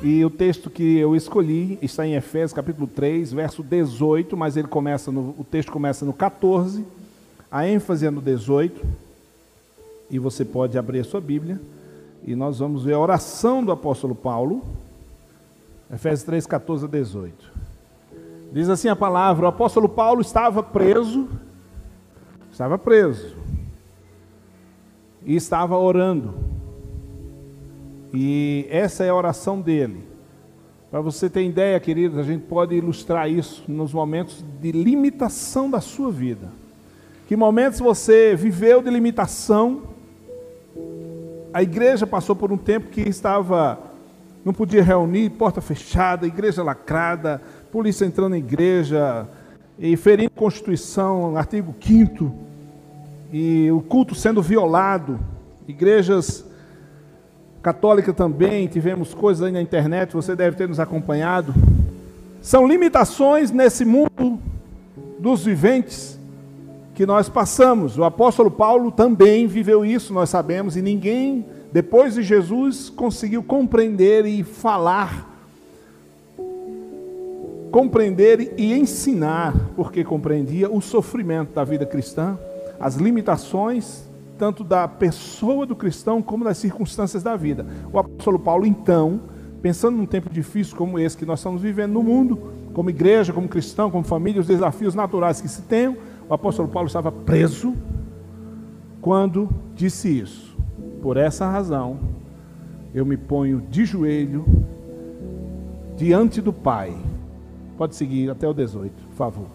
E o texto que eu escolhi está em Efésios capítulo 3, verso 18, mas o texto começa no 14, a ênfase é no 18, e você pode abrir a sua Bíblia, e nós vamos ver a oração do apóstolo Paulo, Efésios 3, 14 a 18. Diz assim a palavra: o apóstolo Paulo estava preso, e estava orando. E essa é a oração dele. Para você ter ideia, queridos, a gente pode ilustrar isso nos momentos de limitação da sua vida. Que momentos você viveu de limitação? A igreja passou por um tempo que não podia reunir, porta fechada, igreja lacrada, polícia entrando na igreja, e ferindo a Constituição, artigo 5º, e o culto sendo violado, igrejas católicas também, tivemos coisas aí na internet, você deve ter nos acompanhado. São limitações nesse mundo dos viventes que nós passamos. O apóstolo Paulo também viveu isso, nós sabemos, e ninguém, depois de Jesus, conseguiu compreender e compreender e ensinar, porque compreendia o sofrimento da vida cristã, as limitações tanto da pessoa do cristão como das circunstâncias da vida. O apóstolo Paulo, então, pensando num tempo difícil como esse que nós estamos vivendo no mundo, como igreja, como cristão, como família, os desafios naturais que se tenham, o apóstolo Paulo estava preso quando disse isso. Por essa razão, eu me ponho de joelho diante do Pai. Pode seguir até o 18, por favor.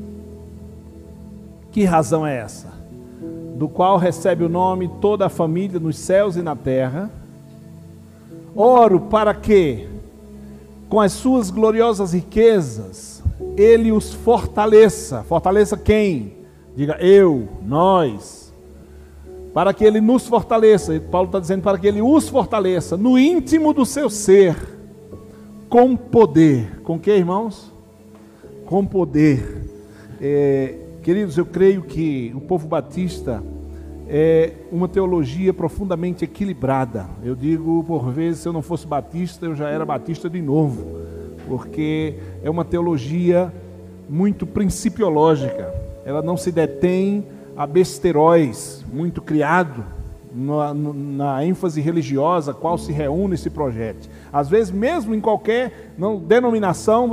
Que razão é essa? Do qual recebe o nome toda a família nos céus e na terra. Oro para que, com as suas gloriosas riquezas, Ele os fortaleça. Fortaleça quem? Diga eu, nós. Para que Ele nos fortaleça. Paulo está dizendo para que Ele os fortaleça no íntimo do seu ser, com poder. Com que, irmãos? Com poder. Queridos, eu creio que o povo batista é uma teologia profundamente equilibrada. Eu digo, por vezes, se eu não fosse batista, eu já era batista de novo, porque é uma teologia muito principiológica. Ela não se detém a besteróis, muito criado na ênfase religiosa, qual se reúne esse projeto. Às vezes, mesmo em qualquer denominação,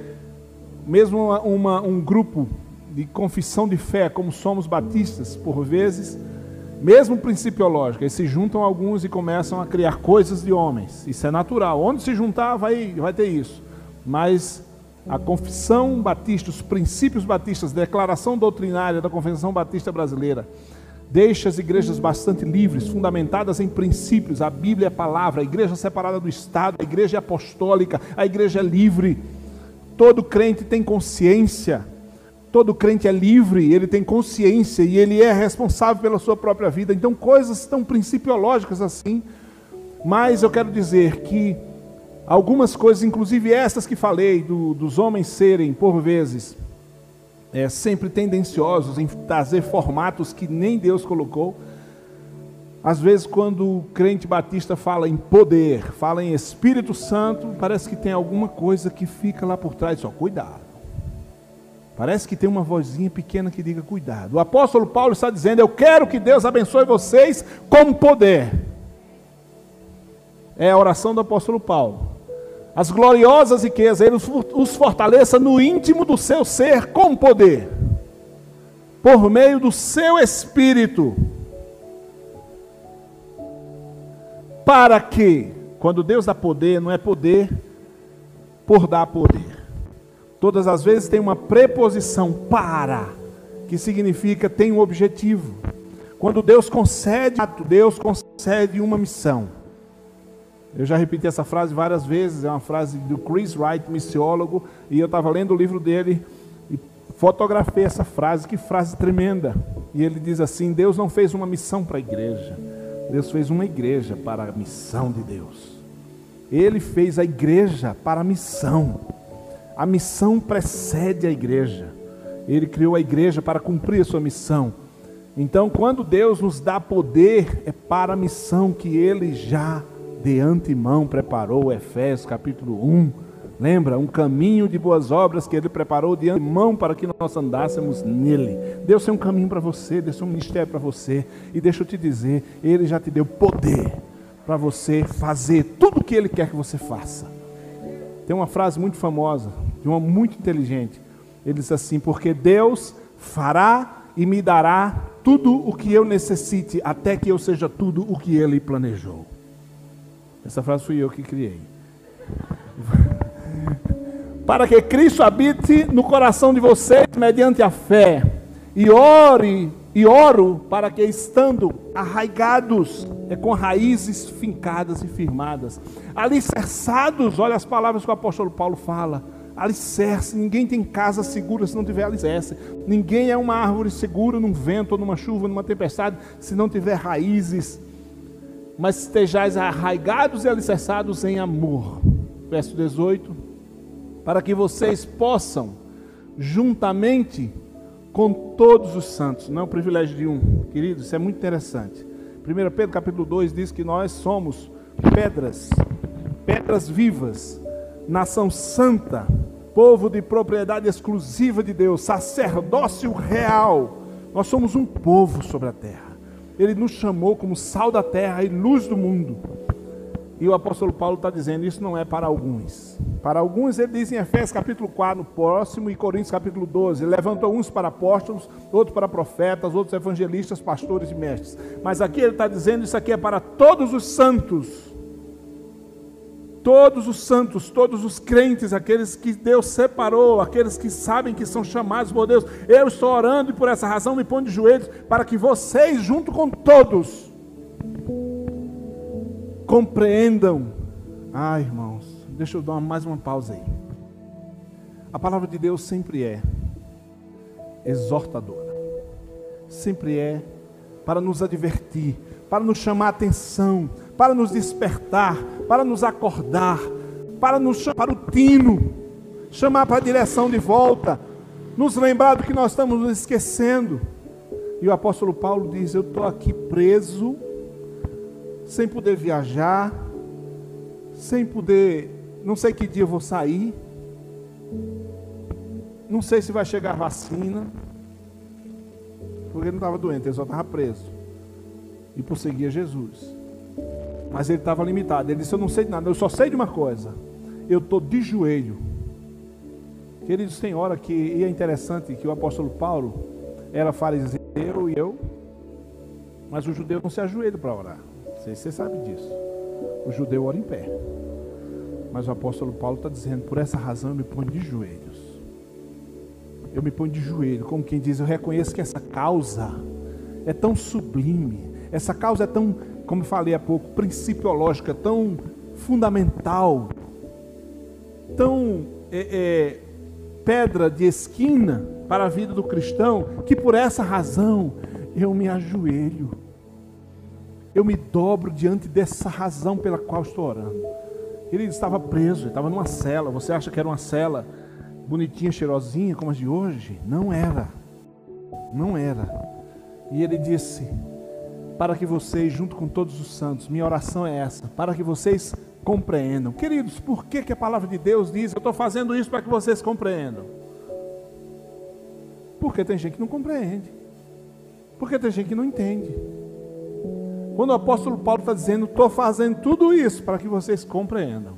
mesmo um grupo de confissão de fé, como somos batistas, por vezes, mesmo principiológica, eles se juntam alguns e começam a criar coisas de homens. Isso é natural. Onde se juntar, vai ter isso. Mas a confissão batista, os princípios batistas, declaração doutrinária da Confissão Batista Brasileira, deixa as igrejas bastante livres, fundamentadas em princípios. A Bíblia é a palavra, a igreja separada do Estado, a igreja é apostólica, a igreja é livre. Todo crente tem consciência. Todo crente é livre, ele tem consciência e ele é responsável pela sua própria vida. Então, coisas tão principiológicas assim. Mas eu quero dizer que algumas coisas, inclusive essas que falei, dos homens serem, por vezes, sempre tendenciosos em trazer formatos que nem Deus colocou. Às vezes, quando o crente batista fala em poder, fala em Espírito Santo, parece que tem alguma coisa que fica lá por trás. Só cuidado. Parece que tem uma vozinha pequena que diga cuidado. O apóstolo Paulo está dizendo: eu quero que Deus abençoe vocês com poder. É a oração do apóstolo Paulo. As gloriosas riquezas, Ele os fortaleça no íntimo do seu ser com poder, por meio do seu Espírito, para que, quando Deus dá poder, não é poder por dar poder. Todas as vezes tem uma preposição para, que significa tem um objetivo. Quando Deus concede uma missão. Eu já repeti essa frase várias vezes, é uma frase do Chris Wright, missiólogo, e eu estava lendo o livro dele e fotografei essa frase, que frase tremenda. E ele diz assim: Deus não fez uma missão para a igreja, Deus fez uma igreja para a missão de Deus. Ele fez a igreja para a missão. A missão precede a igreja. Ele criou a igreja para cumprir a sua missão. Então, quando Deus nos dá poder, é para a missão que Ele já de antemão preparou, Efésios capítulo 1. Lembra? Um caminho de boas obras que Ele preparou de antemão para que nós andássemos nele. Deus tem um caminho para você, Deus tem um ministério para você. E deixa eu te dizer, Ele já te deu poder para você fazer tudo o que Ele quer que você faça. Tem uma frase muito famosa, de uma muito inteligente. Ele diz assim: porque Deus fará e me dará tudo o que eu necessite, até que eu seja tudo o que Ele planejou. Essa frase fui eu que criei. Para que Cristo habite no coração de vocês mediante a fé, e oro para que, estando arraigados, com raízes fincadas e firmadas, alicerçados, olha as palavras que o apóstolo Paulo fala, alicerce. Ninguém tem casa segura se não tiver alicerce. Ninguém é uma árvore segura num vento, ou numa chuva, numa tempestade, se não tiver raízes. Mas estejais arraigados e alicerçados em amor. Verso 18. Para que vocês possam, juntamente com todos os santos, não é o privilégio de um, querido, isso é muito interessante. 1 Pedro capítulo 2 diz que nós somos pedras vivas, nação santa, povo de propriedade exclusiva de Deus, sacerdócio real. Nós somos um povo sobre a terra. Ele nos chamou como sal da terra e luz do mundo. E o apóstolo Paulo está dizendo, isso não é para alguns. Para alguns, ele diz em Efésios capítulo 4, no próximo, e Coríntios capítulo 12, ele levantou uns para apóstolos, outros para profetas, outros evangelistas, pastores e mestres. Mas aqui ele está dizendo, isso aqui é para todos os santos. Todos os santos, todos os crentes, aqueles que Deus separou, aqueles que sabem que são chamados por Deus. Eu estou orando e por essa razão me ponho de joelhos, para que vocês, junto com todos, compreendam. Irmãos, deixa eu dar mais uma pausa aí. A palavra de Deus sempre é exortadora, sempre é para nos advertir, para nos chamar a atenção, para nos despertar, para nos acordar, para nos chamar para o tino, chamar para a direção de volta, nos lembrar do que nós estamos nos esquecendo. E o apóstolo Paulo diz: eu estou aqui preso, sem poder viajar, sem poder, não sei que dia eu vou sair, não sei se vai chegar a vacina, porque ele não estava doente, ele só estava preso, e prosseguia Jesus, mas ele estava limitado. Ele disse: eu não sei de nada, eu só sei de uma coisa, eu estou de joelho. Queridos, tem hora que, e é interessante que o apóstolo Paulo era fariseu e eu, mas o judeu não se ajoelha para orar. Você sabe disso. O judeu ora em pé. Mas o apóstolo Paulo está dizendo: por essa razão eu me ponho de joelhos. Eu me ponho de joelho, como quem diz, eu reconheço que essa causa é tão sublime, essa causa é tão, como eu falei há pouco, principiológica, tão fundamental, tão pedra de esquina para a vida do cristão, que por essa razão eu me ajoelho. Eu me dobro diante dessa razão pela qual estou orando. Ele estava preso, ele estava numa cela. Você acha que era uma cela bonitinha, cheirosinha, como as de hoje? Não era. Não era. E ele disse: para que vocês, junto com todos os santos, minha oração é essa, para que vocês compreendam. Queridos, por que a palavra de Deus diz: eu estou fazendo isso para que vocês compreendam? Porque tem gente que não compreende. Porque tem gente que não entende. Quando o apóstolo Paulo está dizendo: estou fazendo tudo isso para que vocês compreendam.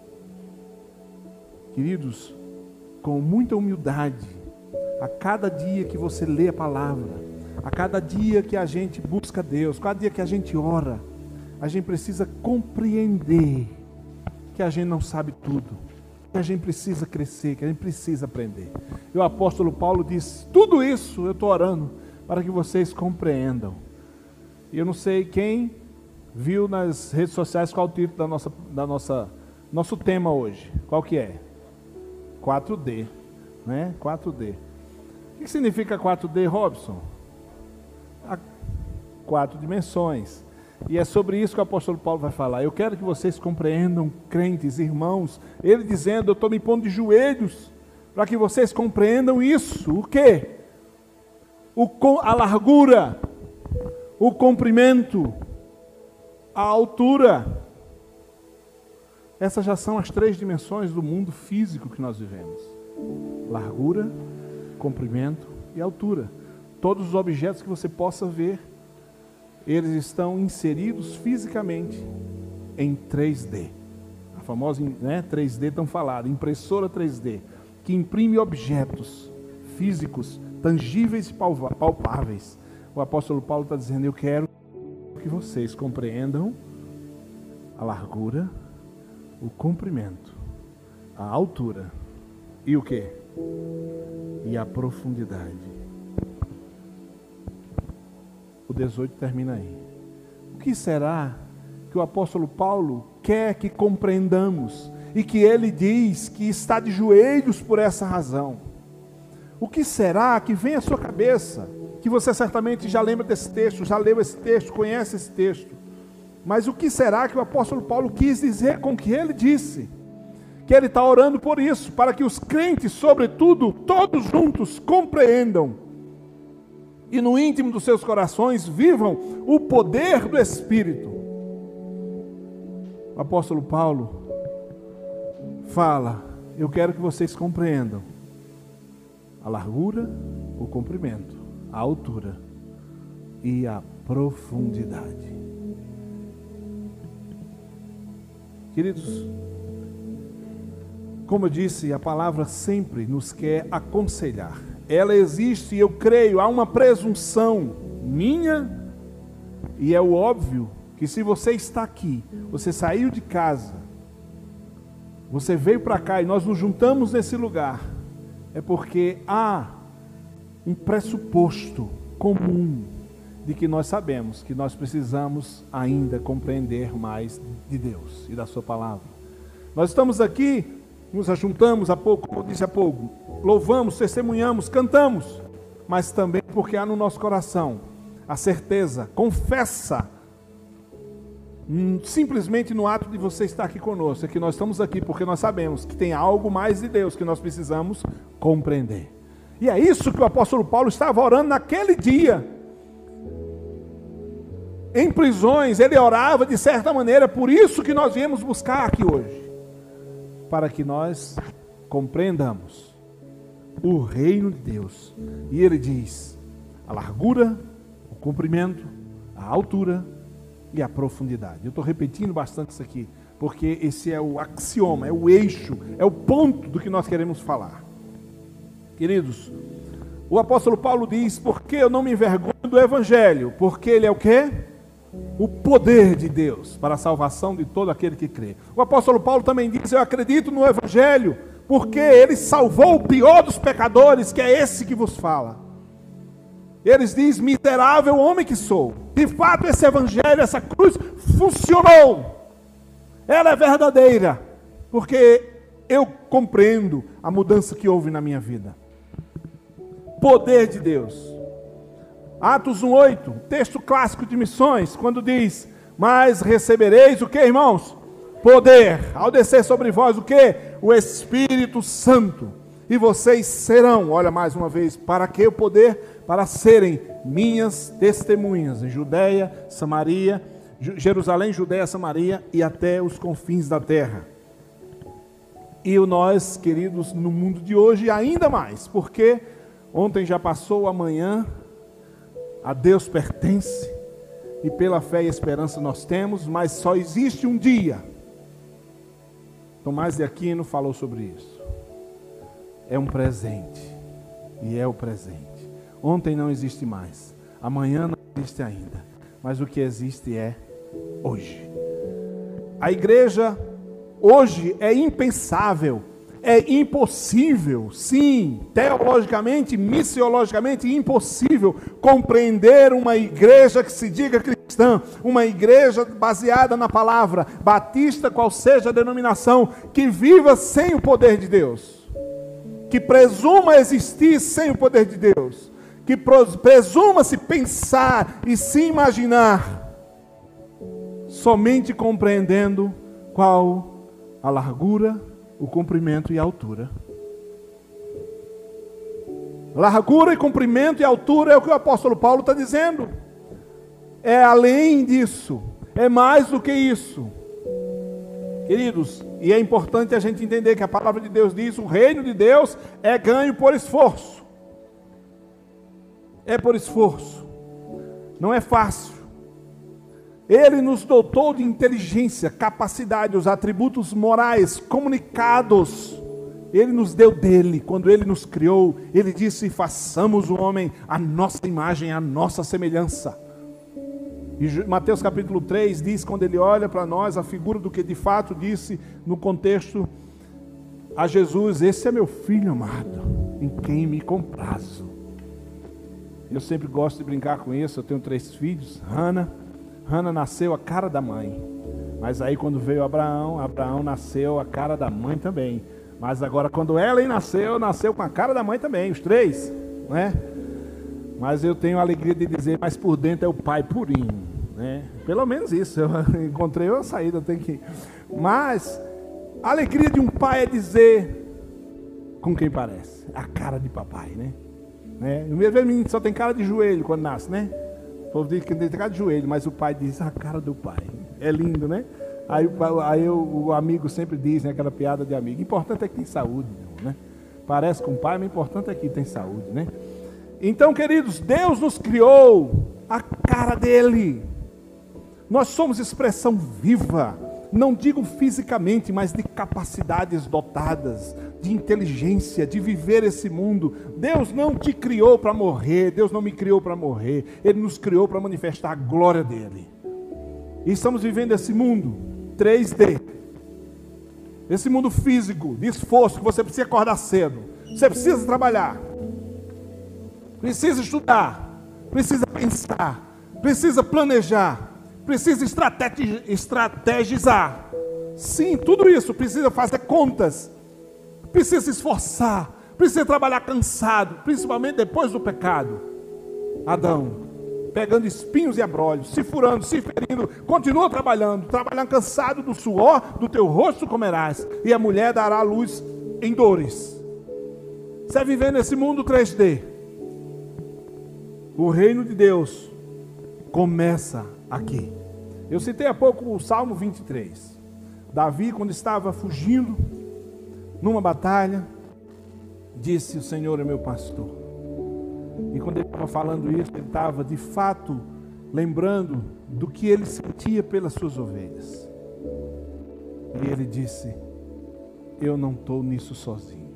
Queridos, com muita humildade, a cada dia que você lê a palavra, a cada dia que a gente busca Deus, cada dia que a gente ora, a gente precisa compreender que a gente não sabe tudo, que a gente precisa crescer, que a gente precisa aprender. E o apóstolo Paulo diz: tudo isso eu estou orando para que vocês compreendam. E eu não sei quem viu nas redes sociais qual o título nosso tema hoje. Qual que é? 4D, né? 4D. O que significa 4D, Robson? 4 dimensões. E é sobre isso que o apóstolo Paulo vai falar. Eu quero que vocês compreendam, crentes, irmãos. Ele dizendo: eu estou me pondo de joelhos para que vocês compreendam isso. O quê? A largura, o comprimento, a altura, Essas já são as 3 dimensões do mundo físico que nós vivemos: largura, comprimento e altura. Todos os objetos que você possa ver, eles estão inseridos fisicamente em 3D. A famosa 3D tão falada, impressora 3D, que imprime objetos físicos, tangíveis e palpáveis. O apóstolo Paulo está dizendo: eu quero que vocês compreendam a largura, o comprimento, a altura e o quê? E a profundidade. O 18 termina aí. O que será que o apóstolo Paulo quer que compreendamos e que ele diz que está de joelhos por essa razão? O que será que vem à sua cabeça? Que você certamente já lembra desse texto, já leu esse texto, conhece esse texto. Mas o que será que o apóstolo Paulo quis dizer com o que ele disse? Que ele está orando por isso, para que os crentes, sobretudo, todos juntos, compreendam e no íntimo dos seus corações vivam o poder do Espírito. O apóstolo Paulo fala: eu quero que vocês compreendam a largura, o comprimento, a altura e a profundidade. Queridos, como eu disse, a palavra sempre nos quer aconselhar. Ela existe, e eu creio, há uma presunção minha, e é o óbvio que se você está aqui, você saiu de casa, você veio para cá e nós nos juntamos nesse lugar, é porque há um pressuposto comum de que nós sabemos que nós precisamos ainda compreender mais de Deus e da sua palavra. Nós estamos aqui, nos ajuntamos há pouco, como eu disse há pouco, louvamos, testemunhamos, cantamos, mas também porque há no nosso coração a certeza, confessa, simplesmente no ato de você estar aqui conosco, é que nós estamos aqui porque nós sabemos que tem algo mais de Deus que nós precisamos compreender. E é isso que o apóstolo Paulo estava orando naquele dia. Em prisões, ele orava de certa maneira, por isso que nós viemos buscar aqui hoje, para que nós compreendamos o reino de Deus. E ele diz: a largura, o comprimento, a altura e a profundidade. Eu estou repetindo bastante isso aqui, porque esse é o axioma, é o eixo, é o ponto do que nós queremos falar. Queridos, o apóstolo Paulo diz: porque eu não me envergonho do evangelho, porque ele é o quê? O poder de Deus para a salvação de todo aquele que crê. O apóstolo Paulo também diz: eu acredito no evangelho, porque ele salvou o pior dos pecadores, que é esse que vos fala. Eles dizem: miserável homem que sou. De fato, esse evangelho, essa cruz funcionou. Ela é verdadeira, porque eu compreendo a mudança que houve na minha vida. Poder de Deus. Atos 1:8, texto clássico de missões, quando diz: mas recebereis o que, irmãos? Poder, ao descer sobre vós o que? O Espírito Santo. E vocês serão, olha mais uma vez, para que o poder? Para serem minhas testemunhas em Judeia, Samaria, Jerusalém, Judeia, Samaria e até os confins da terra. E nós, queridos, no mundo de hoje ainda mais, porque ontem já passou, amanhã a Deus pertence, e pela fé e esperança nós temos, mas só existe um dia. Tomás de Aquino falou sobre isso. É um presente, e é o presente. Ontem não existe mais, amanhã não existe ainda, mas o que existe é hoje. A igreja hoje é impensável, é impossível, sim, teologicamente, missiologicamente impossível compreender uma igreja que se diga cristã, uma igreja baseada na palavra, batista, qual seja a denominação, que viva sem o poder de Deus, que presuma existir sem o poder de Deus, que presuma se pensar e se imaginar, somente compreendendo qual a largura, o comprimento e a altura. Largura e comprimento e altura é o que o apóstolo Paulo está dizendo. É além disso, é mais do que isso. Queridos, e é importante a gente entender que a palavra de Deus diz: o reino de Deus é ganho por esforço. É por esforço. Não é fácil. Ele nos dotou de inteligência, capacidade, os atributos morais comunicados. Ele nos deu dele. Quando ele nos criou, ele disse: façamos o homem à nossa imagem, à nossa semelhança. E Mateus capítulo 3 diz, quando ele olha para nós, a figura do que de fato disse no contexto a Jesus: esse é meu filho amado, em quem me comprazo. Eu sempre gosto de brincar com isso. Eu tenho 3 filhos. Hannah nasceu a cara da mãe, mas aí quando veio Abraão nasceu a cara da mãe também. Mas agora quando Ellen nasceu com a cara da mãe também, os 3, né? Mas eu tenho a alegria de dizer, mas por dentro é o pai purinho, né? Pelo menos isso, eu encontrei uma saída, tem que... Mas a alegria de um pai é dizer com quem parece, a cara de papai, né? O meu menino só tem cara de joelho quando nasce, né? O povo diz que tem cara de joelho, mas o pai diz a cara do pai. É lindo, né? Aí o amigo sempre diz, né, aquela piada de amigo: importante é que tem saúde, né? Parece com o pai, mas o importante é que tem saúde, né? Então, queridos, Deus nos criou a cara dele. Nós somos expressão viva, não digo fisicamente, mas de capacidades dotadas, de inteligência, de viver esse mundo. Deus não te criou para morrer, Deus não me criou para morrer, Ele nos criou para manifestar a glória dele. E estamos vivendo esse mundo 3D, esse mundo físico, de esforço, que você precisa acordar cedo, você precisa trabalhar, precisa estudar, precisa pensar, precisa planejar, precisa estrategizar. Sim, tudo isso precisa fazer contas, precisa se esforçar, precisa trabalhar cansado, principalmente depois do pecado. Adão, pegando espinhos e abrolhos, se furando, se ferindo, continua trabalhando cansado, do suor do teu rosto comerás, e a mulher dará luz em dores. Você viver nesse mundo 3D. O reino de Deus começa aqui. Eu citei há pouco o Salmo 23. Davi, quando estava fugindo numa batalha, disse: o Senhor é meu pastor. E quando ele estava falando isso, ele estava de fato lembrando do que ele sentia pelas suas ovelhas. E ele disse: eu não estou nisso sozinho.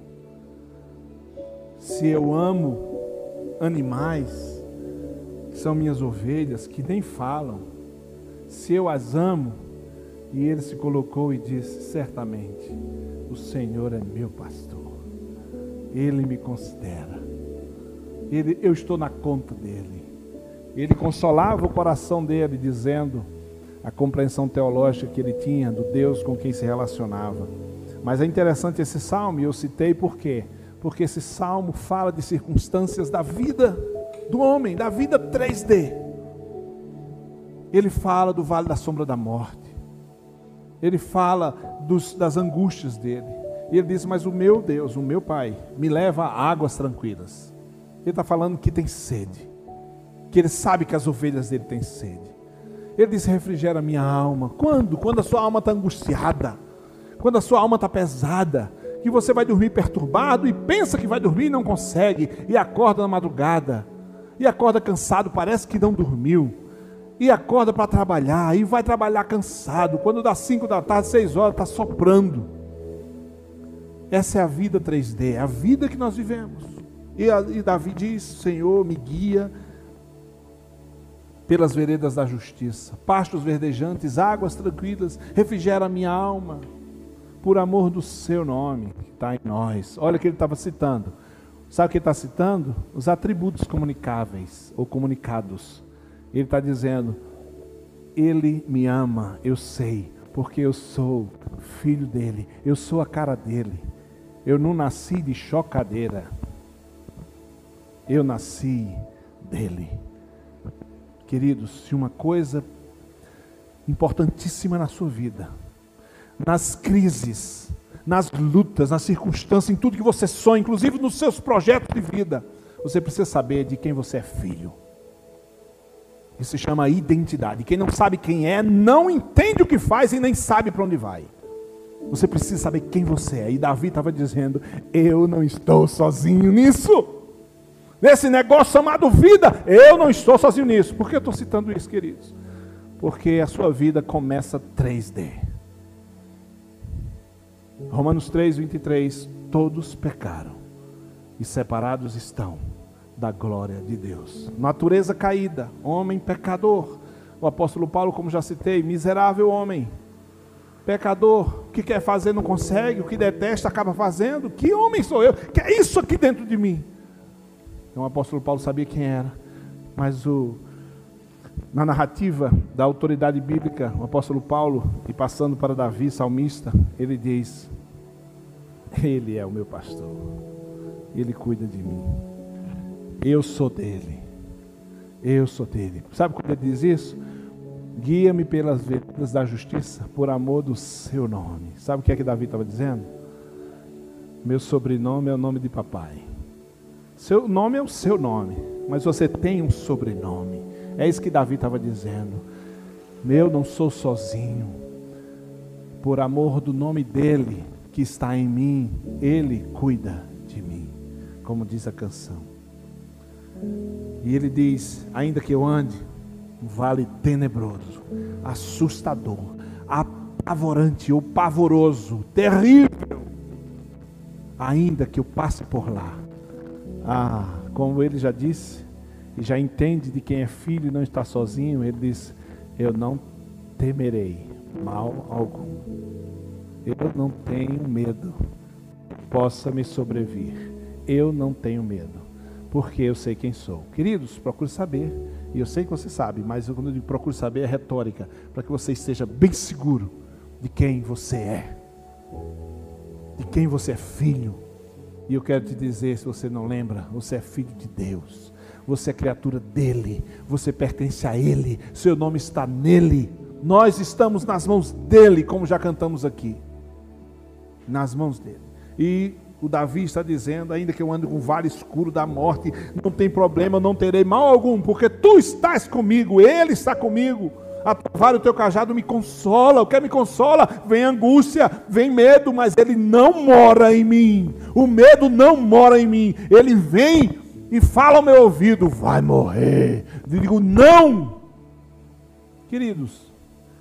Se eu amo animais, que são minhas ovelhas, que nem falam, se eu as amo, e ele se colocou e disse: certamente o Senhor é meu pastor, Ele me considera, eu estou na conta dele. Ele consolava o coração dele, dizendo a compreensão teológica que ele tinha do Deus com quem se relacionava. Mas é interessante esse salmo, e eu citei por quê? Porque esse salmo fala de circunstâncias da vida do homem, da vida 3D. Ele fala do vale da sombra da morte. Ele fala das angústias dele. E ele diz: mas o meu Deus, o meu Pai, me leva a águas tranquilas. Ele está falando que tem sede, que ele sabe que as ovelhas dele têm sede. Ele diz: refrigera minha alma. Quando? Quando a sua alma está angustiada, quando a sua alma está pesada, que você vai dormir perturbado e pensa que vai dormir e não consegue, e acorda na madrugada, e acorda cansado, parece que não dormiu, e acorda para trabalhar, e vai trabalhar cansado, quando dá 5 da tarde, 6 horas, está soprando. Essa é a vida 3D, a vida que nós vivemos. E Davi diz: Senhor, me guia pelas veredas da justiça, pastos verdejantes, águas tranquilas, refrigera a minha alma, por amor do seu nome, que está em nós. Olha o que ele estava citando. Sabe o que ele está citando? Os atributos comunicáveis, ou comunicados. Ele está dizendo: Ele me ama, eu sei, porque eu sou filho dele, eu sou a cara dele. Eu não nasci de chocadeira, eu nasci dele. Queridos, se uma coisa importantíssima na sua vida, nas crises, nas lutas, nas circunstâncias, em tudo que você sonha, inclusive nos seus projetos de vida, você precisa saber de quem você é filho. Isso se chama identidade. Quem não sabe quem é, não entende o que faz e nem sabe para onde vai. Você precisa saber quem você é. E Davi estava dizendo: eu não estou sozinho nisso. Nesse negócio chamado vida, eu não estou sozinho nisso. Por que eu estou citando isso, queridos? Porque a sua vida começa 3D. Romanos 3, 23. Todos pecaram e separados estão da glória de Deus. Natureza caída, homem pecador. O apóstolo Paulo, como já citei, miserável homem, pecador, o que quer fazer não consegue, o que detesta acaba fazendo. Que homem sou eu? Que é isso aqui dentro de mim? Então o apóstolo Paulo sabia quem era, mas na narrativa da autoridade bíblica, o apóstolo Paulo, e passando para Davi, salmista, ele diz: ele é o meu pastor, ele cuida de mim, eu sou dele, eu sou dele. Sabe quando ele diz isso? Guia-me pelas veredas da justiça, por amor do seu nome. Sabe o que é que Davi estava dizendo? Meu sobrenome é o nome de papai. Seu nome é o seu nome, mas você tem um sobrenome. É isso que Davi estava dizendo. Eu não sou sozinho. Por amor do nome dele que está em mim, ele cuida de mim, como diz a canção. E ele diz: ainda que eu ande um vale tenebroso, assustador, apavorante ou pavoroso, terrível, ainda que eu passe por lá, como ele já disse, e já entende de quem é filho e não está sozinho, ele diz: eu não temerei mal algum, eu não tenho medo, possa me sobrevir, eu não tenho medo, porque eu sei quem sou. Queridos, procure saber, e eu sei que você sabe, mas quando eu digo procure saber é retórica, para que você esteja bem seguro de quem você é, de quem você é filho. E eu quero te dizer, se você não lembra, você é filho de Deus, você é criatura dele, você pertence a ele, seu nome está nele, nós estamos nas mãos dele, como já cantamos aqui, nas mãos dele. E o Davi está dizendo: ainda que eu ande com o vale escuro da morte, não tem problema, não terei mal algum, porque tu estás comigo, ele está comigo. A tua vara e o teu cajado me consola. O que me consola? Vem angústia, vem medo, mas ele não mora em mim. O medo não mora em mim. Ele vem e fala ao meu ouvido: vai morrer. Eu digo: não. Queridos,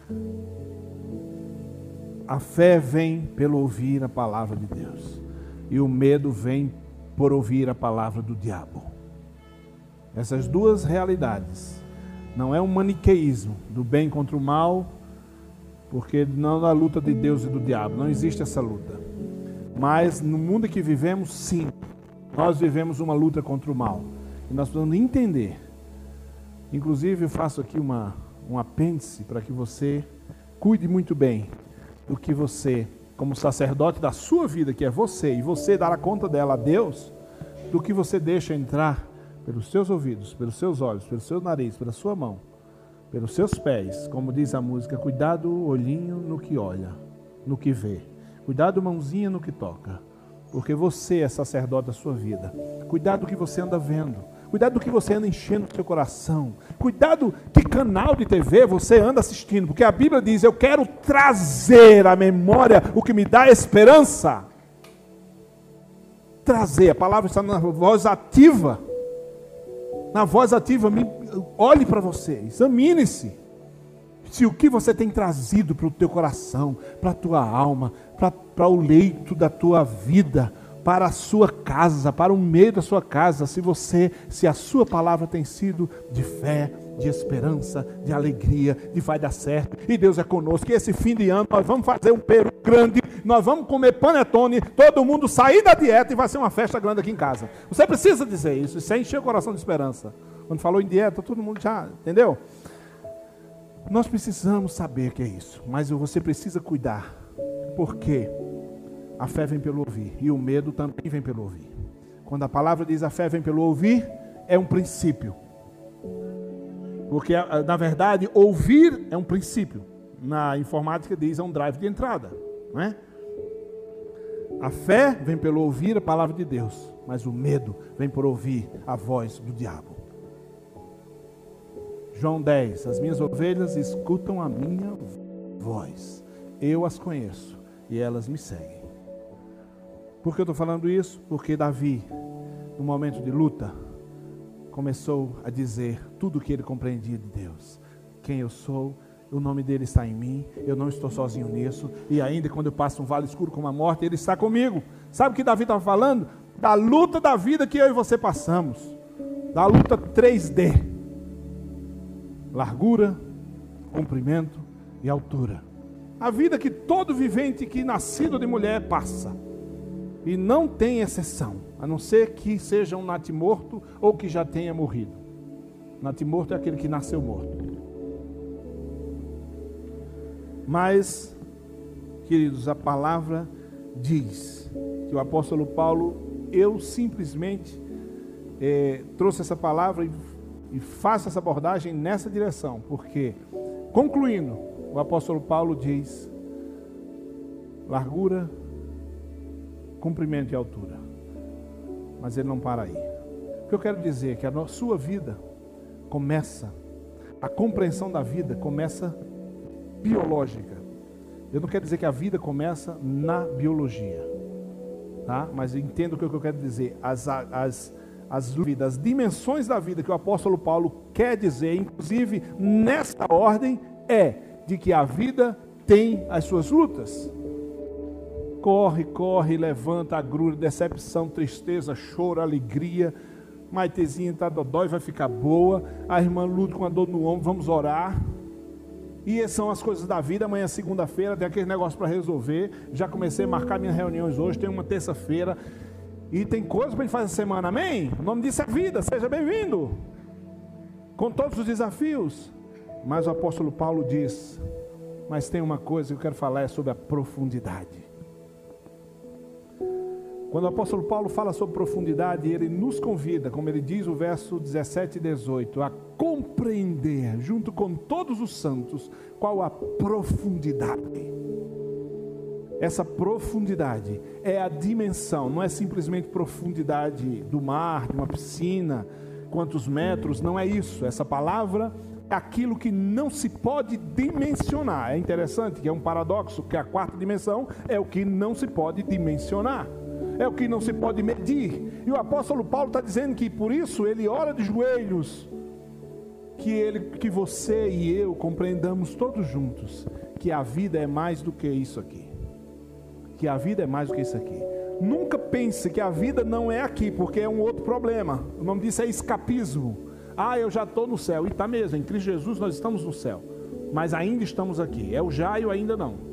a fé vem pelo ouvir a palavra de Deus, e o medo vem por ouvir a palavra do diabo. Essas duas realidades. Não é um maniqueísmo do bem contra o mal, porque não é a luta de Deus e do diabo, não existe essa luta. Mas no mundo em que vivemos, sim, nós vivemos uma luta contra o mal. E nós precisamos entender. Inclusive eu faço aqui um apêndice para que você cuide muito bem do que você, como sacerdote da sua vida, que é você, e você dará conta dela a Deus, do que você deixa entrar pelos seus ouvidos, pelos seus olhos, pelo seu nariz, pela sua mão, pelos seus pés, como diz a música: cuidado olhinho no que olha, no que vê, cuidado mãozinha no que toca, porque você é sacerdote da sua vida. Cuidado do que você anda vendo, cuidado do que você anda enchendo o seu coração, cuidado que canal de TV você anda assistindo, porque a Bíblia diz: eu quero trazer à memória o que me dá esperança. Trazer, a palavra está na voz ativa. Na voz ativa, olhe para você, examine-se. Se o que você tem trazido para o teu coração, para a tua alma, para o leito da tua vida, para a sua casa, para o meio da sua casa, se a sua palavra tem sido de fé, de esperança, de alegria, de vai dar certo, e Deus é conosco, e esse fim de ano nós vamos fazer um peru grande, nós vamos comer panetone, todo mundo sair da dieta e vai ser uma festa grande aqui em casa. Você precisa dizer isso, isso encher o coração de esperança. Quando falou em dieta, todo mundo já entendeu? Nós precisamos saber o que é isso, mas você precisa cuidar, porque a fé vem pelo ouvir, e o medo também vem pelo ouvir. Quando a palavra diz a fé vem pelo ouvir, é um princípio. Porque, na verdade, ouvir é um princípio. Na informática diz, é um drive de entrada, não é? A fé vem pelo ouvir a palavra de Deus, mas o medo vem por ouvir a voz do diabo. João 10, as minhas ovelhas escutam a minha voz, eu as conheço e elas me seguem. Por que eu estou falando isso? Porque Davi, no momento de luta, começou a dizer tudo o que ele compreendia de Deus. Quem eu sou, o nome dele está em mim, eu não estou sozinho nisso, e ainda quando eu passo um vale escuro como a morte, ele está comigo. Sabe o que Davi estava falando? Da luta da vida que eu e você passamos, da luta 3D, largura, comprimento e altura. A vida que todo vivente que nascido de mulher passa, e não tem exceção, a não ser que seja um natimorto ou que já tenha morrido. Natimorto é aquele que nasceu morto. Mas, queridos, a palavra diz que o apóstolo Paulo, eu simplesmente trouxe essa palavra e faço essa abordagem nessa direção, porque, concluindo, o apóstolo Paulo diz: largura, comprimento e altura. Mas ele não para aí. O que eu quero dizer é que a sua vida começa, a compreensão da vida começa biológica. Eu não quero dizer que a vida começa na biologia, tá? Mas entendo o que eu quero dizer. As dimensões da vida que o apóstolo Paulo quer dizer, inclusive nessa ordem, é de que a vida tem as suas lutas. Corre, levanta, agrura, decepção, tristeza, choro, alegria. Maitezinha está dodói, vai ficar boa. A irmã luta com a dor no ombro, vamos orar. E essas são as coisas da vida. Amanhã é segunda-feira, tem aquele negócio para resolver. Já comecei a marcar minhas reuniões hoje, tem uma terça-feira. E tem coisas para a gente fazer essa semana, amém? O nome disso é vida, seja bem-vindo. Com todos os desafios. Mas o apóstolo Paulo diz, mas tem uma coisa que eu quero falar, é sobre a profundidade. Quando o apóstolo Paulo fala sobre profundidade, ele nos convida, como ele diz o verso 17 e 18, a compreender, junto com todos os santos, qual a profundidade. Essa profundidade é a dimensão, não é simplesmente profundidade do mar, de uma piscina, quantos metros, não é isso. Essa palavra é aquilo que não se pode dimensionar. É interessante que é um paradoxo, que a quarta dimensão é o que não se pode dimensionar. É o que não se pode medir. E o apóstolo Paulo está dizendo que por isso ele ora de joelhos, que você e eu compreendamos todos juntos que a vida é mais do que isso aqui. Que a vida é mais do que isso aqui. Nunca pense que a vida não é aqui, porque é um outro problema. O nome disso é escapismo. Eu já estou no céu. E está mesmo, em Cristo Jesus nós estamos no céu, mas ainda estamos aqui. É o já e o ainda não.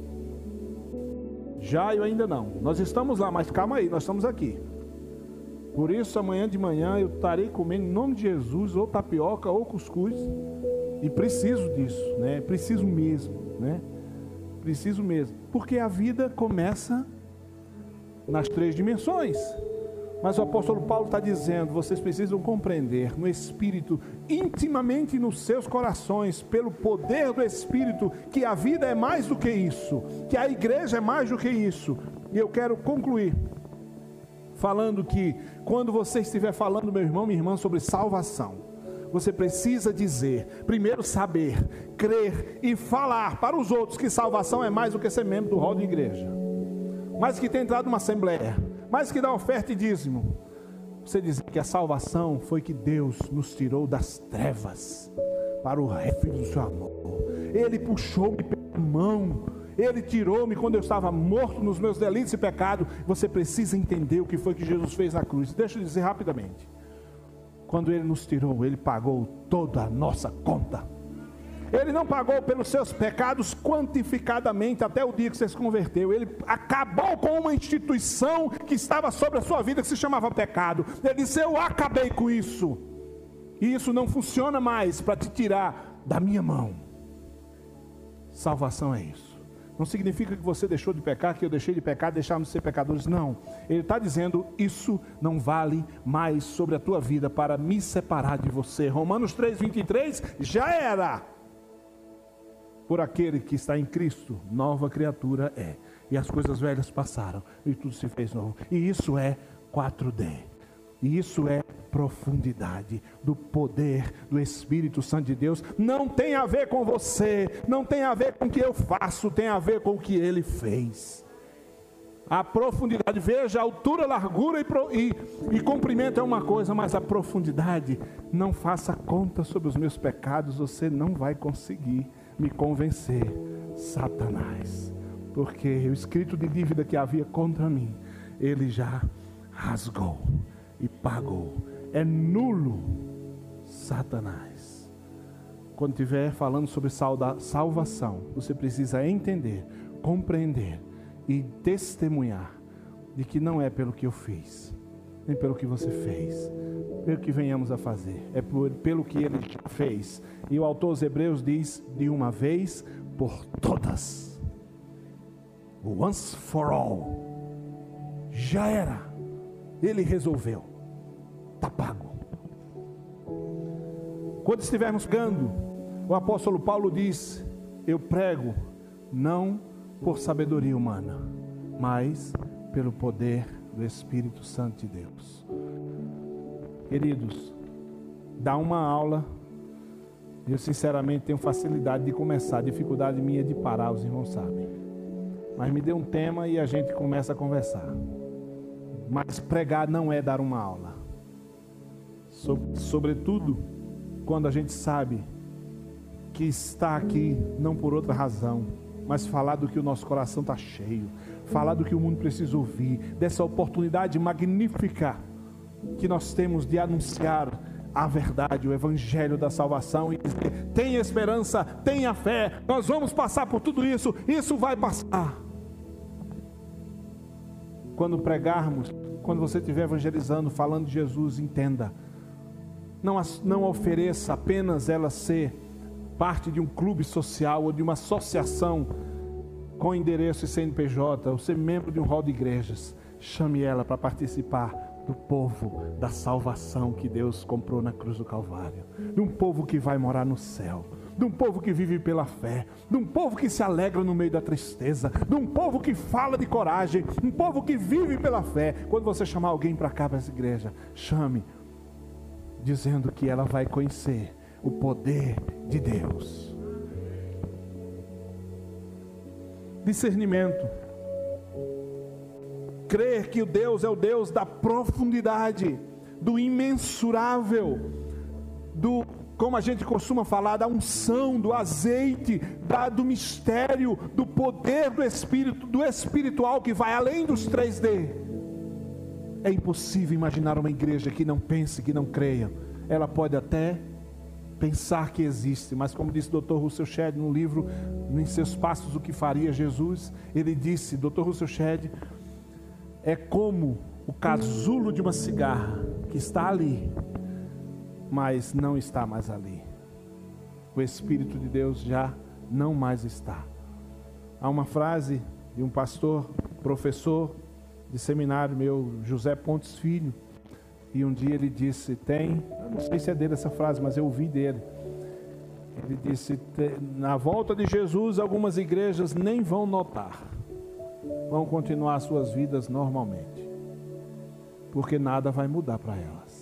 Já eu ainda não. Nós estamos lá, mas calma aí, nós estamos aqui. Por isso, amanhã de manhã eu estarei comendo em nome de Jesus, ou tapioca, ou cuscuz. E preciso disso, né? Preciso mesmo, né? Preciso mesmo. Porque a vida começa nas 3 dimensões. Mas o apóstolo Paulo está dizendo, vocês precisam compreender no Espírito, intimamente nos seus corações, pelo poder do Espírito, que a vida é mais do que isso, que a igreja é mais do que isso. E eu quero concluir falando que, quando você estiver falando, meu irmão, minha irmã, sobre salvação, você precisa dizer, primeiro saber, crer e falar para os outros que salvação é mais do que ser membro do hall de igreja, mais que ter entrado numa assembleia, mais que dar oferta e dízimo. Você dizer que a salvação foi que Deus nos tirou das trevas para o refúgio do seu amor. Ele puxou-me pela mão, Ele tirou-me quando eu estava morto nos meus delitos e pecados. Você precisa entender o que foi que Jesus fez na cruz. Deixa eu dizer rapidamente. Quando Ele nos tirou, Ele pagou toda a nossa conta. Ele não pagou pelos seus pecados quantificadamente até o dia que você se converteu. Ele acabou com uma instituição que estava sobre a sua vida, que se chamava pecado. Ele disse, eu acabei com isso. E isso não funciona mais para te tirar da minha mão. Salvação é isso. Não significa que você deixou de pecar, que eu deixei de pecar, deixarmos de ser pecadores. Não. Ele está dizendo, isso não vale mais sobre a tua vida para me separar de você. Romanos 3:23, já era. Por aquele que está em Cristo, nova criatura é. E as coisas velhas passaram, e tudo se fez novo. E isso é 4D. E isso é profundidade do poder do Espírito Santo de Deus. Não tem a ver com você, não tem a ver com o que eu faço, tem a ver com o que Ele fez. A profundidade, veja, a altura, largura e comprimento é uma coisa, mas a profundidade, não faça conta sobre os meus pecados, você não vai conseguir me convencer, Satanás, porque o escrito de dívida que havia contra mim, Ele já rasgou e pagou. É nulo, Satanás. Quando estiver falando sobre salvação, você precisa entender, compreender e testemunhar de que não é pelo que eu fiz, nem pelo que você fez, pelo que venhamos a fazer, é pelo que Ele já fez. E o autor aos Hebreus diz, de uma vez por todas, once for all, já era, Ele resolveu, está pago. Quando estivermos pregando, o apóstolo Paulo diz, eu prego não por sabedoria humana, mas pelo poder do Espírito Santo de Deus. Queridos, dá uma aula, eu sinceramente tenho facilidade de começar, dificuldade minha de parar, os irmãos sabem, mas me dê um tema e a gente começa a conversar. Mas pregar não é dar uma aula, sobretudo quando a gente sabe que está aqui não por outra razão, mas falar do que o nosso coração está cheio, falar do que o mundo precisa ouvir, dessa oportunidade magnífica que nós temos de anunciar a verdade, o evangelho da salvação, e dizer, tenha esperança, tenha fé, nós vamos passar por tudo isso, isso vai passar. Quando pregarmos, quando você estiver evangelizando, falando de Jesus, entenda, não ofereça apenas ela ser parte de um clube social ou de uma associação com endereço e CNPJ, ou ser membro de um hall de igrejas. Chame ela para participar do povo da salvação que Deus comprou na cruz do Calvário, de um povo que vai morar no céu, de um povo que vive pela fé, de um povo que se alegra no meio da tristeza, de um povo que fala de coragem, um povo que vive pela fé. Quando você chamar alguém para cá, para essa igreja, chame dizendo que ela vai conhecer o poder de Deus. Discernimento. Crer que o Deus é o Deus da profundidade, do imensurável, do, como a gente costuma falar, da unção, do azeite, do mistério, do poder do Espírito, do espiritual que vai além dos 3D. É impossível imaginar uma igreja que não pense, que não creia. Ela pode até pensar que existe, mas como disse o Dr. Russell Shedd no livro Em Seus Passos o que Faria Jesus, ele disse, Dr. Russell Shedd, é como o casulo de uma cigarra que está ali, mas não está mais ali. O Espírito de Deus já não mais está. Há uma frase de um pastor, professor de seminário meu, José Pontes Filho, e um dia ele disse, eu não sei se é dele essa frase, mas eu ouvi dele. Ele disse, na volta de Jesus, algumas igrejas nem vão notar, vão continuar suas vidas normalmente, porque nada vai mudar para elas.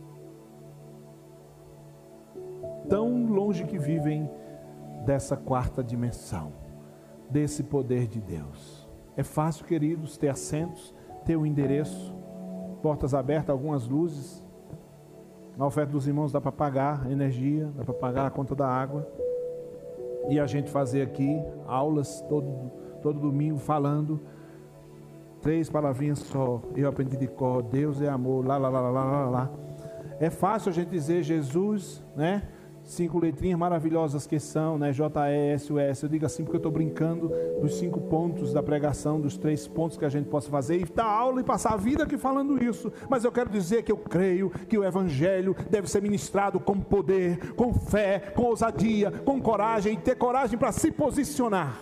Tão longe que vivem dessa quarta dimensão, desse poder de Deus. É fácil, queridos, ter assentos, ter um endereço, portas abertas, algumas luzes. Na oferta dos irmãos dá para pagar a energia, dá para pagar a conta da água. E a gente fazer aqui aulas todo domingo falando 3 palavrinhas só. Eu aprendi de cor, Deus é amor, lá, lá, lá, lá, lá, lá. É fácil a gente dizer Jesus, né? 5 letrinhas maravilhosas que são, né? J-E-S-U-S. Eu digo assim porque eu estou brincando dos 5 pontos da pregação, dos 3 pontos que a gente possa fazer e dar aula e passar a vida aqui falando isso. Mas eu quero dizer que eu creio que o Evangelho deve ser ministrado com poder, com fé, com ousadia, com coragem, e ter coragem para se posicionar.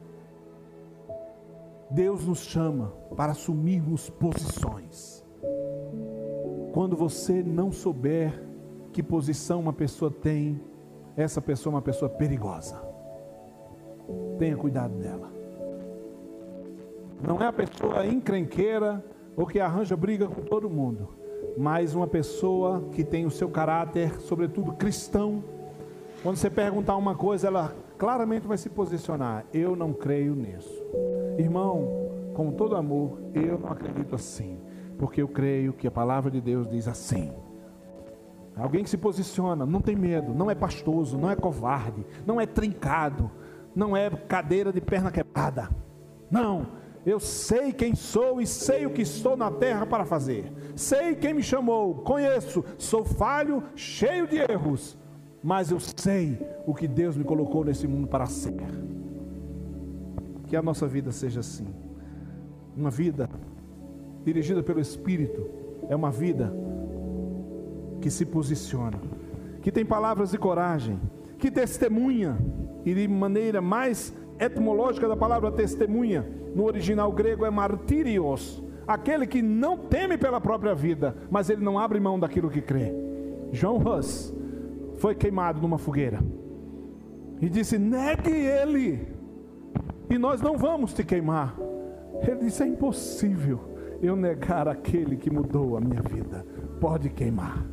Deus nos chama para assumirmos posições. Quando você não souber que posição uma pessoa tem, essa pessoa é uma pessoa perigosa. Tenha cuidado dela. Não é a pessoa encrenqueira ou que arranja briga com todo mundo. mas uma pessoa que tem o seu caráter, sobretudo cristão, quando você perguntar uma coisa, ela claramente vai se posicionar: eu não creio nisso. Irmão, com todo amor, eu não acredito assim, porque eu creio que a palavra de Deus diz assim. Alguém que se posiciona, não tem medo, não é pastoso, não é covarde, não é trincado, não é cadeira de perna quebrada. Não, eu sei quem sou e sei o que estou na terra para fazer. Sei quem me chamou, conheço, sou falho, cheio de erros, mas eu sei o que Deus me colocou nesse mundo para ser. Que a nossa vida seja assim. Uma vida dirigida pelo Espírito é uma vida que se posiciona, que tem palavras de coragem, que testemunha, e de maneira mais etimológica da palavra testemunha, no original grego é martírios, aquele que não teme pela própria vida, mas ele não abre mão daquilo que crê. John Huss foi queimado numa fogueira e disse: negue ele, e nós não vamos te queimar. Ele disse: é impossível eu negar aquele que mudou a minha vida, pode queimar.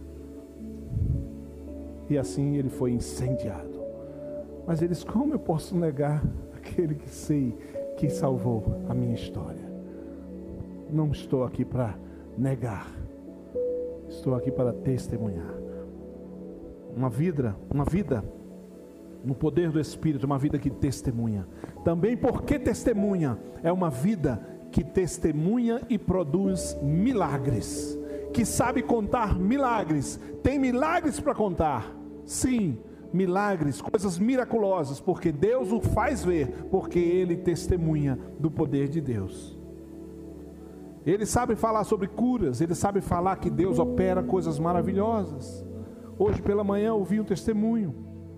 E assim ele foi incendiado. Mas ele disse: como eu posso negar aquele que sei que salvou a minha história? Não estou aqui para negar, estou aqui para testemunhar. Uma vida no poder do Espírito, uma vida que testemunha. Também porque testemunha, é uma vida que testemunha e produz milagres, que sabe contar milagres, tem milagres para contar. Sim, milagres, coisas miraculosas, porque Deus o faz ver, porque ele testemunha do poder de Deus. Ele sabe falar sobre curas, ele sabe falar que Deus opera coisas maravilhosas. Hoje pela manhã eu ouvi um testemunho.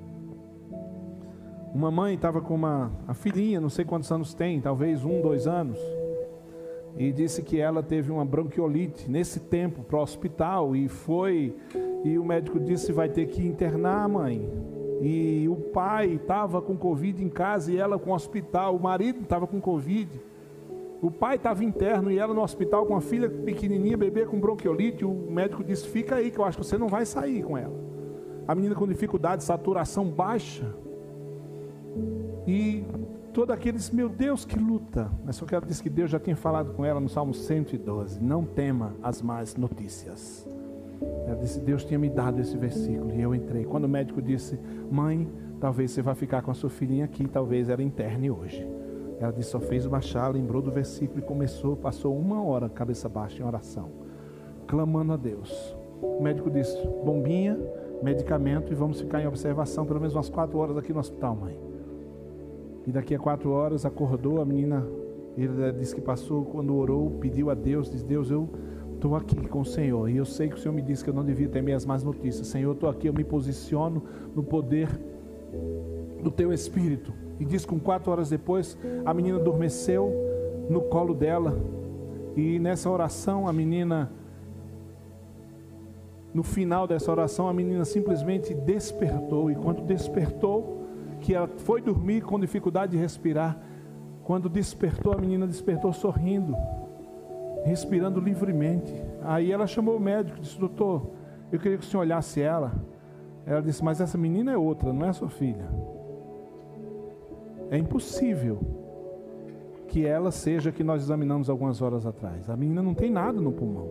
Uma mãe estava com a filhinha, não sei quantos anos tem, talvez 1, 2 anos, e disse que ela teve uma bronquiolite nesse tempo para o hospital, e o médico disse: vai ter que internar, mãe. E o pai estava com Covid em casa e ela com o hospital, o marido estava com Covid, o pai estava interno e ela no hospital com a filha pequenininha, bebê com bronquiolite. O médico disse: fica aí que eu acho que você não vai sair com ela. A menina com dificuldade, saturação baixa, e todo aquele disse: meu Deus, que luta. Mas só que ela disse que Deus já tinha falado com ela no Salmo 112: não tema as más notícias. Ela disse: Deus tinha me dado esse versículo, e eu entrei. Quando o médico disse: mãe, talvez você vá ficar com a sua filhinha aqui, talvez ela interne hoje, ela disse: só fez baixar, lembrou do versículo e passou 1 hora cabeça baixa em oração, clamando a Deus. O médico disse: bombinha, medicamento, e vamos ficar em observação pelo menos umas 4 horas aqui no hospital, mãe. E daqui a 4 horas acordou a menina. Ele disse que passou, quando orou, pediu a Deus, disse: Deus, eu estou aqui com o Senhor, e eu sei que o Senhor me disse que eu não devia temer as más notícias. Senhor, eu estou aqui, eu me posiciono no poder do Teu Espírito. E diz que com 4 horas depois, a menina adormeceu no colo dela, e nessa oração, a menina, no final dessa oração, a menina simplesmente despertou, e quando despertou, que ela foi dormir com dificuldade de respirar, quando despertou, a menina despertou sorrindo, respirando livremente. Aí ela chamou o médico e disse: doutor, eu queria que o senhor olhasse ela. Ela disse: mas essa menina é outra, não é a sua filha. É impossível que ela seja a que nós examinamos algumas horas atrás. A menina não tem nada no pulmão.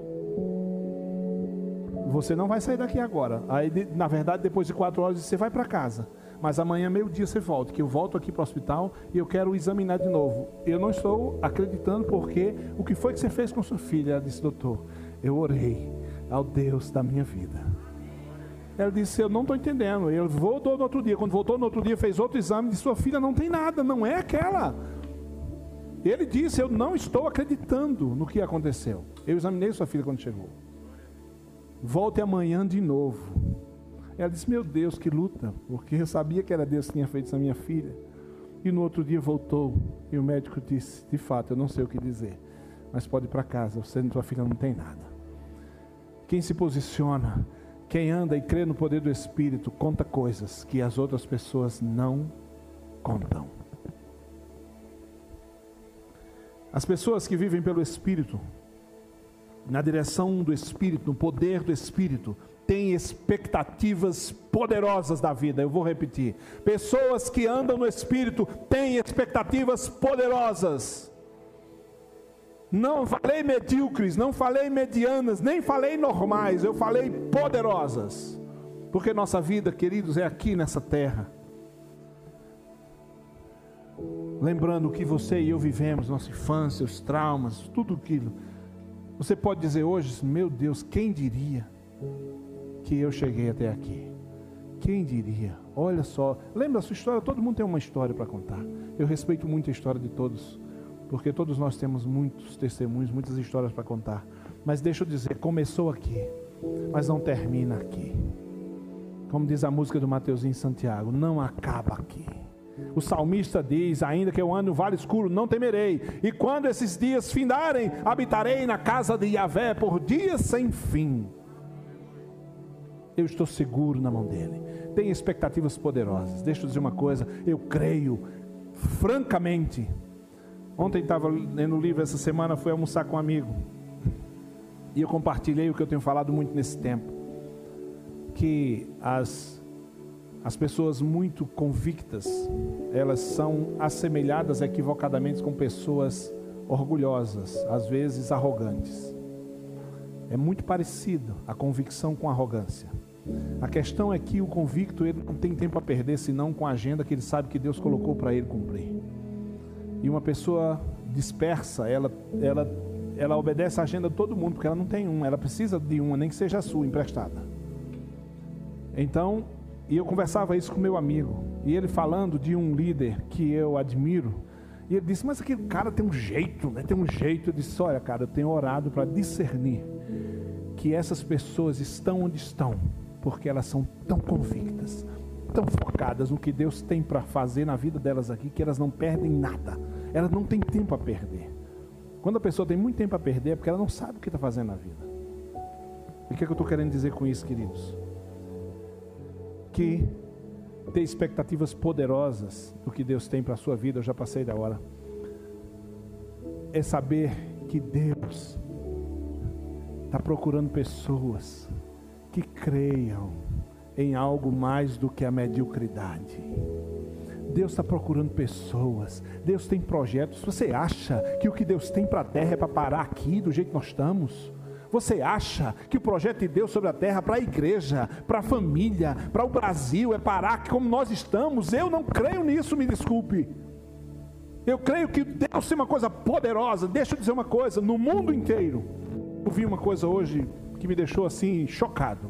Você não vai sair daqui agora. Aí, na verdade, depois de 4 horas, você vai para casa. Mas amanhã, meio-dia, você volta, que eu volto aqui para o hospital e eu quero examinar de novo. Eu não estou acreditando, porque o que foi que você fez com sua filha? Ela disse: doutor, eu orei ao Deus da minha vida. Ela disse: eu não estou entendendo. Ele voltou no outro dia. Quando voltou no outro dia, fez outro exame e disse: sua filha não tem nada, não é aquela. Ele disse: eu não estou acreditando no que aconteceu. Eu examinei sua filha quando chegou. Volte amanhã de novo. Ela disse: meu Deus, que luta, porque eu sabia que era Deus que tinha feito isso na minha filha. E no outro dia voltou, e o médico disse: de fato, eu não sei o que dizer, mas pode ir para casa, você e sua filha não tem nada. Quem se posiciona, quem anda e crê no poder do Espírito, conta coisas que as outras pessoas não contam. As pessoas que vivem pelo Espírito na direção do Espírito, no poder do Espírito, têm expectativas poderosas da vida. Eu vou repetir: pessoas que andam no Espírito têm expectativas poderosas. Não falei medíocres, não falei medianas, nem falei normais, eu falei poderosas. Porque nossa vida, queridos, é aqui nessa terra. Lembrando o que você e eu vivemos, nossa infância, os traumas, tudo aquilo. Você pode dizer hoje: meu Deus, quem diria que eu cheguei até aqui? Quem diria? Olha só, lembra a sua história? Todo mundo tem uma história para contar. Eu respeito muito a história de todos, porque todos nós temos muitos testemunhos, muitas histórias para contar. Mas deixa eu dizer, começou aqui, mas não termina aqui. Como diz a música do Mateuzinho Santiago, não acaba aqui. O salmista diz: ainda que eu ande no vale escuro, não temerei, e quando esses dias findarem, habitarei na casa de Yahvé por dias sem fim. Eu estou seguro na mão dele. Tem expectativas poderosas. Deixa eu dizer uma coisa, eu creio francamente. Ontem estava lendo um livro, essa semana fui almoçar com um amigo, e eu compartilhei o que eu tenho falado muito nesse tempo, que as pessoas muito convictas, elas são assemelhadas equivocadamente com pessoas orgulhosas, às vezes arrogantes. É muito parecido a convicção com a arrogância. A questão é que o convicto, ele não tem tempo a perder, senão com a agenda que ele sabe que Deus colocou para ele cumprir. E uma pessoa dispersa, ela obedece a agenda de todo mundo, porque ela não tem uma, ela precisa de uma, nem que seja a sua, emprestada. Então, e eu conversava isso com meu amigo, e ele falando de um líder que eu admiro, e ele disse: mas aquele cara tem um jeito, né? Tem um jeito. Eu disse: olha, cara, eu tenho orado para discernir que essas pessoas estão onde estão, porque elas são tão convictas, tão focadas no que Deus tem para fazer na vida delas aqui, que elas não perdem nada. Elas não têm tempo a perder. Quando a pessoa tem muito tempo a perder, é porque ela não sabe o que está fazendo na vida. E o que é que eu estou querendo dizer com isso, queridos? Que ter expectativas poderosas do que Deus tem para a sua vida, eu já passei da hora, é saber que Deus está procurando pessoas que creiam em algo mais do que a mediocridade. Deus está procurando pessoas, Deus tem projetos. Você acha que o que Deus tem para a terra é para parar aqui do jeito que nós estamos? Você acha que o projeto de Deus sobre a terra, para a igreja, para a família, para o Brasil, é parar como nós estamos? Eu não creio nisso, me desculpe. Eu creio que Deus tem uma coisa poderosa. Deixa eu dizer uma coisa, no mundo inteiro. Eu vi uma coisa hoje que me deixou assim, chocado.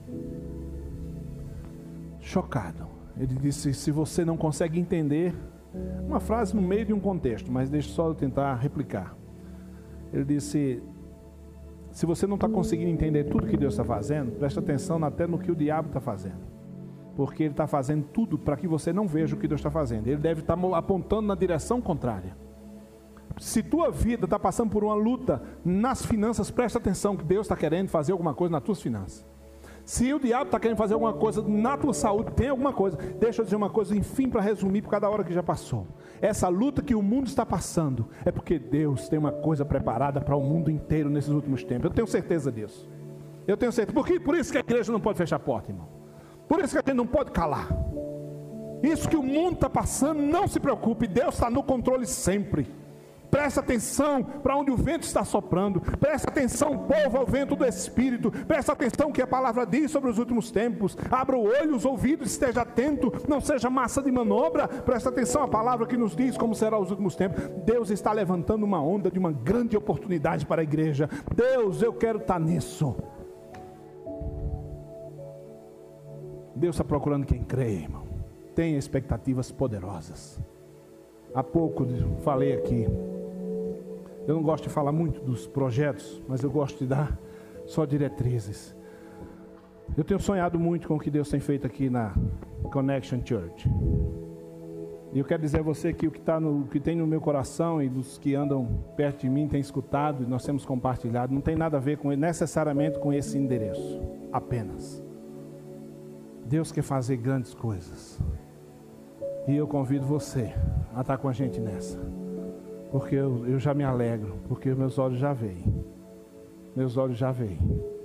Chocado. Ele disse: se você não consegue entender, uma frase no meio de um contexto, mas deixa só eu tentar replicar. Ele disse: se você não está conseguindo entender tudo que Deus está fazendo, presta atenção até no que o diabo está fazendo. Porque ele está fazendo tudo para que você não veja o que Deus está fazendo. Ele deve estar apontando na direção contrária. Se tua vida está passando por uma luta nas finanças, presta atenção que Deus está querendo fazer alguma coisa nas tuas finanças. Se o diabo está querendo fazer alguma coisa na tua saúde, tem alguma coisa. Deixa eu dizer uma coisa, enfim, para resumir, por cada hora que já passou. Essa luta que o mundo está passando é porque Deus tem uma coisa preparada para o mundo inteiro nesses últimos tempos. Eu tenho certeza disso. Eu tenho certeza. Por isso que a igreja não pode fechar a porta, irmão. Por isso que a gente não pode calar. Isso que o mundo está passando, não se preocupe. Deus está no controle sempre. Presta atenção para onde o vento está soprando. Presta atenção, povo, ao vento do Espírito. Presta atenção que a palavra diz sobre os últimos tempos. Abra o olho, os ouvidos, esteja atento. Não seja massa de manobra. Presta atenção à palavra que nos diz como será os últimos tempos. Deus está levantando uma onda de uma grande oportunidade para a igreja. Deus, eu quero estar nisso. Deus está procurando quem crê, irmão. Tenha expectativas poderosas. Há pouco falei aqui. Eu não gosto de falar muito dos projetos, mas eu gosto de dar só diretrizes. Eu tenho sonhado muito com o que Deus tem feito aqui na Connection Church. E eu quero dizer a você que o que tem no meu coração e dos que andam perto de mim tem escutado e nós temos compartilhado, não tem nada a ver necessariamente com esse endereço, apenas. Deus quer fazer grandes coisas. E eu convido você a estar com a gente nessa. Porque eu já me alegro, porque meus olhos já veem. Meus olhos já veem.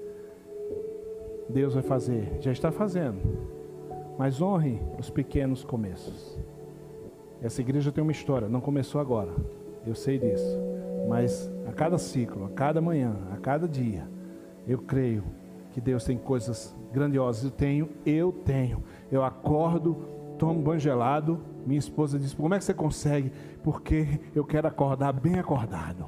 Deus vai fazer, já está fazendo. Mas honre os pequenos começos. Essa igreja tem uma história, não começou agora. Eu sei disso. Mas a cada ciclo, a cada manhã, a cada dia, eu creio que Deus tem coisas grandiosas. Eu tenho. Eu acordo, tomo banho gelado. Minha esposa diz: como é que você consegue? Porque eu quero acordar bem acordado.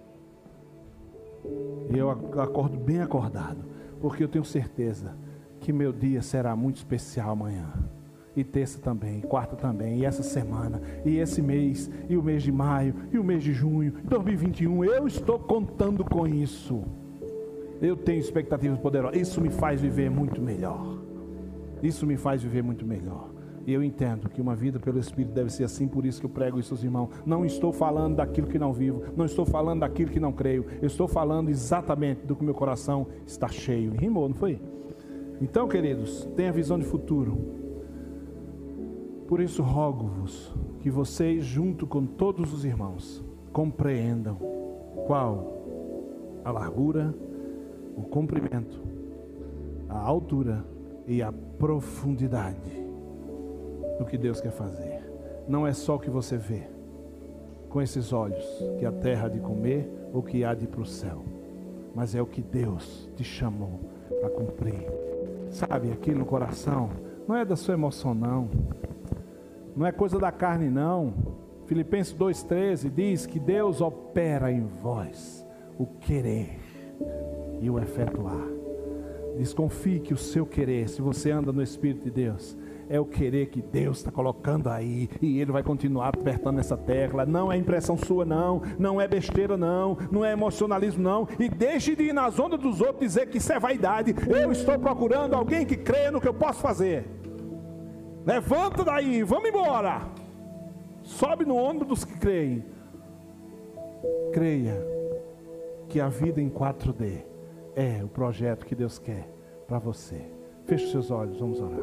Eu acordo bem acordado, porque eu tenho certeza que meu dia será muito especial amanhã. E terça também, quarta também, e essa semana, e esse mês, e o mês de maio, e o mês de junho, 2021, eu estou contando com isso. Eu tenho expectativas poderosas, isso me faz viver muito melhor. Isso me faz viver muito melhor. E eu entendo que uma vida pelo Espírito deve ser assim, por isso que eu prego isso aos irmãos. Não estou falando daquilo que não vivo, não estou falando daquilo que não creio, eu estou falando exatamente do que meu coração está cheio. Rimou, não foi? Então, queridos, tenha visão de futuro. Por isso rogo-vos que vocês, junto com todos os irmãos, compreendam qual a largura, o comprimento, a altura e a profundidade do que Deus quer fazer. Não é só o que você vê com esses olhos, que a terra há de comer ou que há de ir para o céu, mas é o que Deus te chamou para cumprir. Sabe, aquilo no coração não é da sua emoção, não é coisa da carne, não. Filipenses 2,13 diz que Deus opera em vós o querer e o efetuar. Desconfie que o seu querer, se você anda no Espírito de Deus, é o querer que Deus está colocando aí, e Ele vai continuar apertando essa tecla. Não é impressão sua, não é besteira, não é emocionalismo, não. E deixe de ir nas ondas dos outros dizer que isso é vaidade. Eu estou procurando alguém que crê no que eu posso fazer. Levanta daí, vamos embora. Sobe no ombro dos que creem. Creia que a vida em 4D é o projeto que Deus quer para você. Feche seus olhos, vamos orar.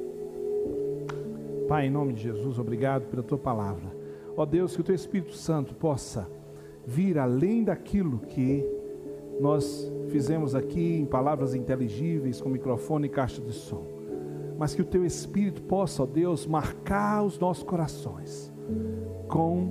Pai, em nome de Jesus, obrigado pela Tua palavra. Ó Deus, que o Teu Espírito Santo possa vir além daquilo que nós fizemos aqui em palavras inteligíveis, com microfone e caixa de som. Mas que o Teu Espírito possa, ó Deus, marcar os nossos corações com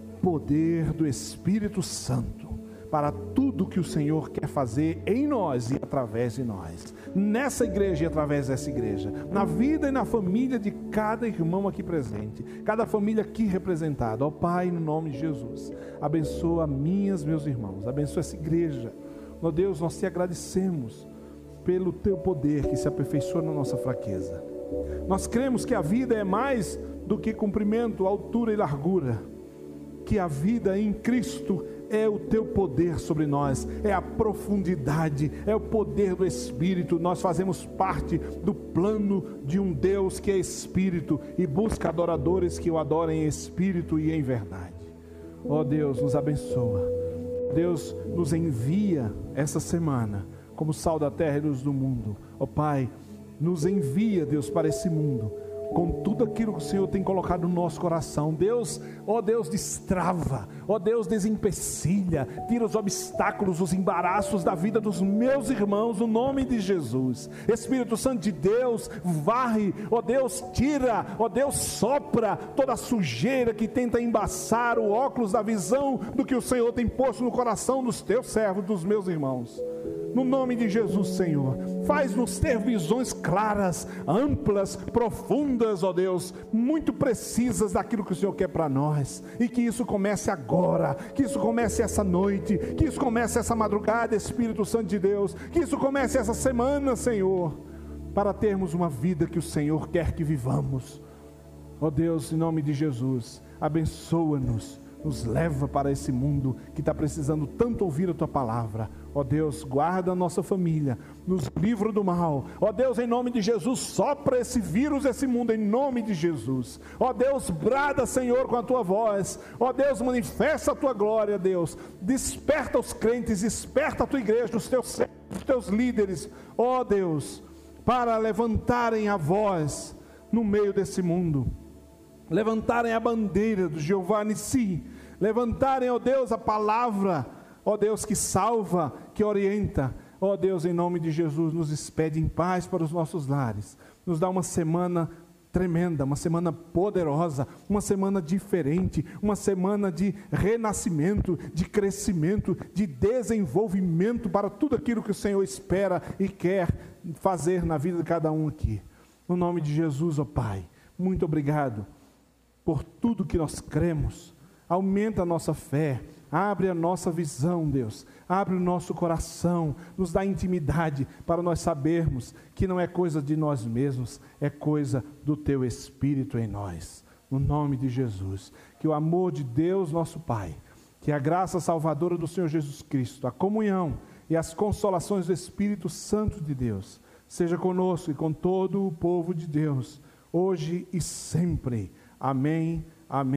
poder do Espírito Santo, para tudo que o Senhor quer fazer em nós e através de nós, nessa igreja e através dessa igreja, na vida e na família de cada irmão aqui presente, cada família aqui representada. Ó Pai, no nome de Jesus, abençoa meus irmãos, abençoa essa igreja. Ó Deus, nós te agradecemos pelo Teu poder que se aperfeiçoa na nossa fraqueza. Nós cremos que a vida é mais do que comprimento, altura e largura, que a vida em Cristo é o Teu poder sobre nós, é a profundidade, é o poder do Espírito. Nós fazemos parte do plano de um Deus que é Espírito e busca adoradores que o adorem em Espírito e em verdade. Ó Deus, nos abençoa. Deus nos envia essa semana como sal da terra e luz do mundo. Ó Pai, nos envia, Deus, para esse mundo com tudo aquilo que o Senhor tem colocado no nosso coração. Deus, ó Deus, destrava, ó Deus, desempecilha, tira os obstáculos, os embaraços da vida dos meus irmãos, no nome de Jesus. Espírito Santo de Deus, varre, ó Deus, tira, ó Deus, sopra toda a sujeira que tenta embaçar o óculos da visão do que o Senhor tem posto no coração dos Teus servos, dos meus irmãos. No nome de Jesus, Senhor, faz-nos ter visões claras, amplas, profundas, ó Deus, muito precisas daquilo que o Senhor quer para nós. E que isso comece agora, que isso comece essa noite, que isso comece essa madrugada, Espírito Santo de Deus, que isso comece essa semana, Senhor, para termos uma vida que o Senhor quer que vivamos. Ó Deus, em nome de Jesus, abençoa-nos, nos leva para esse mundo que está precisando tanto ouvir a Tua palavra. Ó Deus, guarda a nossa família, nos livra do mal. Ó Deus, em nome de Jesus, sopra esse vírus, esse mundo, em nome de Jesus. Ó Deus, brada, Senhor, com a Tua voz. Ó Deus, manifesta a Tua glória, Deus. Desperta os crentes, desperta a Tua igreja, os Teus líderes, ó Deus, para levantarem a voz no meio desse mundo, levantarem a bandeira do Jeová Nissi, levantarem, ó Deus, a palavra, ó Deus, que salva, que orienta. Ó Deus, em nome de Jesus, nos expede em paz para os nossos lares. Nos dá uma semana tremenda, uma semana poderosa, uma semana diferente, uma semana de renascimento, de crescimento, de desenvolvimento para tudo aquilo que o Senhor espera e quer fazer na vida de cada um aqui. No nome de Jesus, ó Pai, muito obrigado por tudo que nós cremos. Aumenta a nossa fé, abre a nossa visão, Deus, abre o nosso coração, nos dá intimidade para nós sabermos que não é coisa de nós mesmos, é coisa do Teu Espírito em nós. No nome de Jesus, que o amor de Deus, nosso Pai, que a graça salvadora do Senhor Jesus Cristo, a comunhão e as consolações do Espírito Santo de Deus, seja conosco e com todo o povo de Deus, hoje e sempre. Amém. Amém.